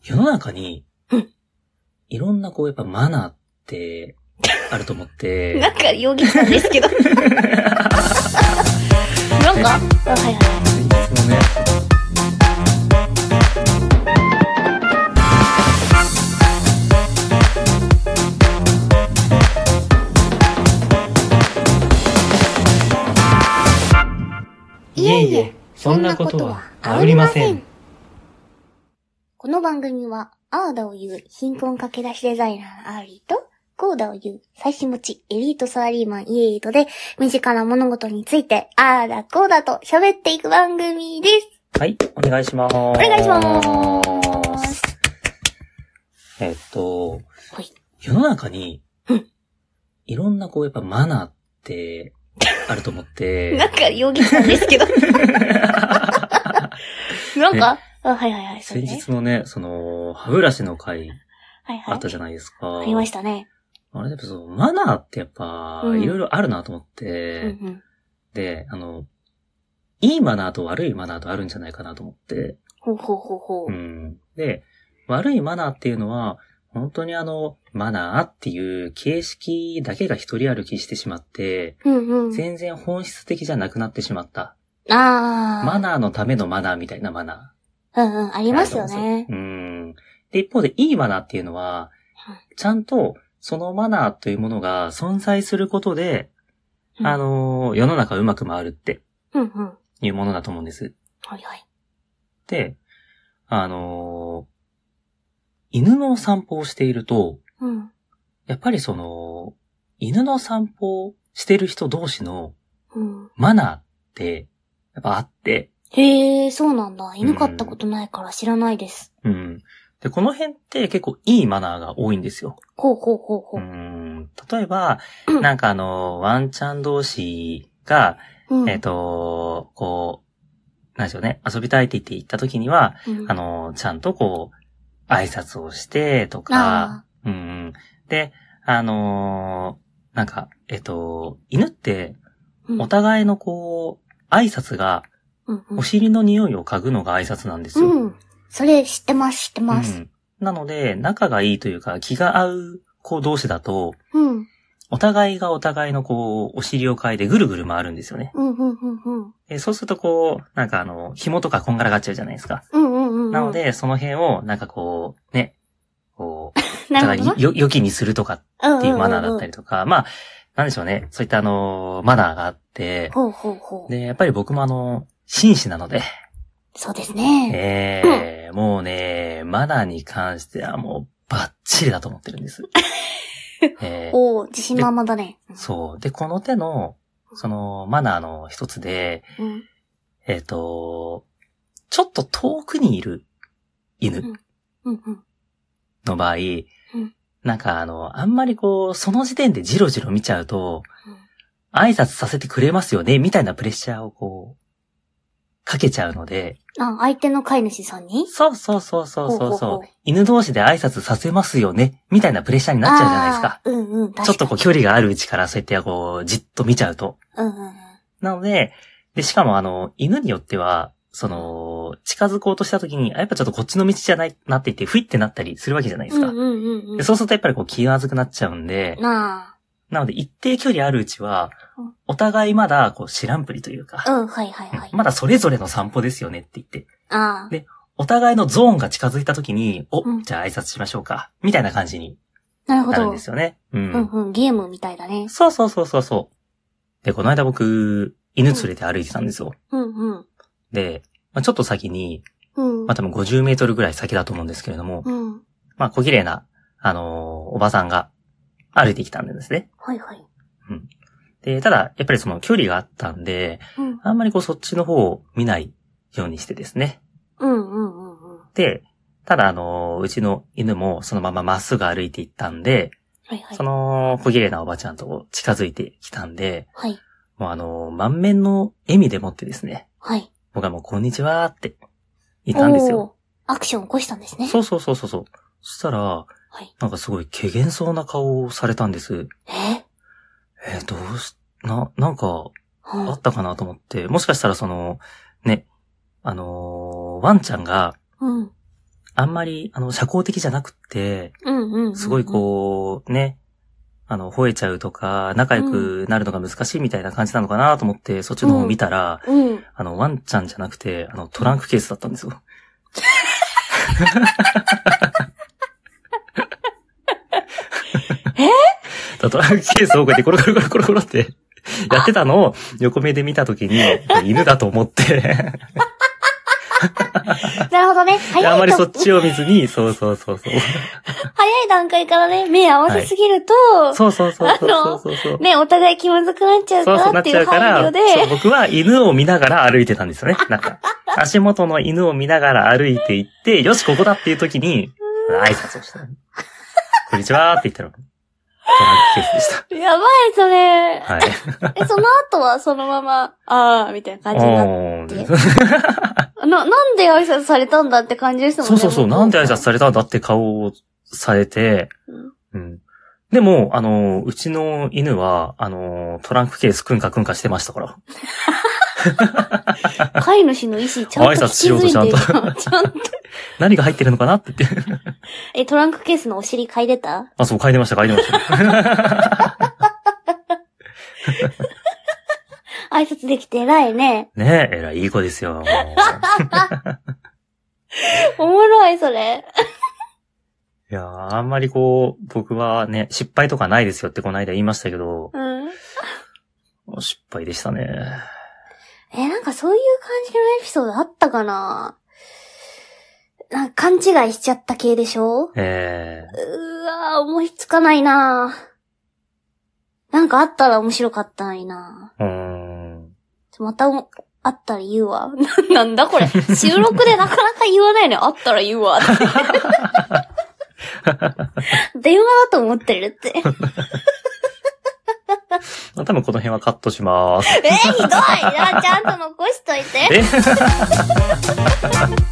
世の中にうん、 いろんなやっぱマナーってあると思って。 なんか容疑者ですけど。なんか、はいはい。 先日もね、 いえいえ、そんなことはありません。この番組は、アーダを言う貧困駆け出しデザイナーのアーリーと、コーダを言う最新持ちエリートサラリーマンイエイトで、身近な物事について、アーダコーダと喋っていく番組です。 はい、お願いします。お願いします。 はい、世の中に、いろんなやっぱマナーってあると思って。 なんか容疑者ですけど。なんか、はいはいはい。 先日のね、歯ブラシの回、あったじゃないですか。 ありましたね。 あれやっぱマナーってやっぱ、いろいろあるなと思って、で、いいマナーと悪いマナーとあるんじゃないかなと思って。で、悪いマナーっていうのは、本当にマナーっていう形式だけが一人歩きしてしまって、全然本質的じゃなくなってしまった。マナーのためのマナーみたいなマナー。ありますよね。 で、一方でいいマナーっていうのは、ちゃんとそのマナーというものが存在することで、世の中うまく回るっていうものだと思うんです。 はいはい。 で、犬の散歩をしていると、やっぱり犬の散歩をしてる人同士のマナーってやっぱあって。 へえ、そうなんだ。犬飼ったことないから知らないです。 で、この辺って結構いいマナーが多いんですよ。例えば、なんかワンちゃん同士が、なんでしょうね、遊びたいって言った時には、ちゃんと挨拶をしてとか、で、なんか、犬って、お互いの挨拶が、お尻の匂いを嗅ぐのが挨拶なんですよ。 それ知ってます。 なので、仲がいいというか、気が合う子同士だと、お互いがお互いのお尻を嗅いでぐるぐる回るんですよね。そうするとなんか紐とかこんがらがっちゃうじゃないですか。なので、その辺を、なんかね、お互いに良きにするとかっていうマナーだったりとか、まあ、なんでしょうね。そういったマナーがあって、で、やっぱり僕も紳士なので、 そうですね。 もうね、マナーに関してはもうバッチリだと思ってるんです。 自信満々だね。 そう。で、この手の、マナーの一つで、ちょっと遠くにいる犬の場合、なんかあんまりその時点でジロジロ見ちゃうと、挨拶させてくれますよね、みたいなプレッシャーをかけちゃうので。 相手の飼い主さんに？ そう。犬同士で挨拶させますよね、みたいなプレッシャーになっちゃうじゃないですか。ちょっと距離があるうちからそうやってじっと見ちゃうと。なので、しかも犬によっては、近づこうとした時に、やっぱちょっとこっちの道じゃないなって言って、ふいってなったりするわけじゃないですか。でそうするとやっぱり気まずくなっちゃうんで、なので一定距離あるうちは、お互いまだ知らんぷりというか、まだそれぞれの散歩ですよねって言って、で、お互いのゾーンが近づいた時に、じゃあ挨拶しましょうか、みたいな感じになるんですよね。 ゲームみたいだね。 そう。で、この間僕、犬連れて歩いてたんですよ。で、ちょっと先に、多分50メートルぐらい先だと思うんですけれども、小綺麗な、おばさんが歩いてきたんですね。で、ただ、やっぱり距離があったんで、あんまりそっちの方を見ないようにしてですね。で、ただうちの犬もそのまままっすぐ歩いていったんで、その小綺麗なおばちゃんと近づいてきたんで、もう満面の笑みでもってですね。僕はもうこんにちはって言ったんですよ。 アクション起こしたんですね。 そう。そしたら、なんかすごい怪げそうな顔をされたんです。なんか、あったかなと思って、もしかしたらね、ワンちゃんが、 あんまり、社交的じゃなくって、すごいこう、ね、吠えちゃうとか、仲良くなるのが難しいみたいな感じなのかなと思って、そっちの方を見たら、ワンちゃんじゃなくて、トランクケースだったんですよ。トランクケースをこうやってコロコロコロコロコロってやってたのを横目で見たときに、犬だと思って。 なるほどね。 あまりそっちを見ずに、そう。早い段階からね、目合わせすぎると、 そう。 ね、お互い気まずくなっちゃうからっていう配慮で。 そう、僕は犬を見ながら歩いてたんですよね。なんか、足元の犬を見ながら歩いていって、よし、ここだっていう時に、挨拶をした。こんにちはって言ったら、トランクケースでした。 やばい、それ。 はい。 その後はそのまま、みたいな感じになって。なんで挨拶されたんだって感じですもんね。 そう、なんで挨拶されたんだって顔をされて、でも、うちの犬は、トランクケースくんかしてましたから。 飼い主の意思ちゃんと挨拶しようとちゃんと。何が入ってるのかなって言って。 トランクケースのお尻嗅いでた？ そう、嗅いでました。 挨拶できて偉いね。 ねえ、偉い、いい子ですよ。 おもろい、それ。 いやあんまりこう、僕はね、失敗とかないですよってこの間言いましたけど、失敗でしたね。 なんかそういう感じのエピソードあったかな？なんか勘違いしちゃった系でしょ？思いつかないな。なんかあったら面白かったのにな。またあったら言うわ。なんだこれ。収録でなかなか言わないのよ。あったら言うわ。電話だと思ってるって。 多分この辺はカットします。 ひどいな。ちゃんと残しといて。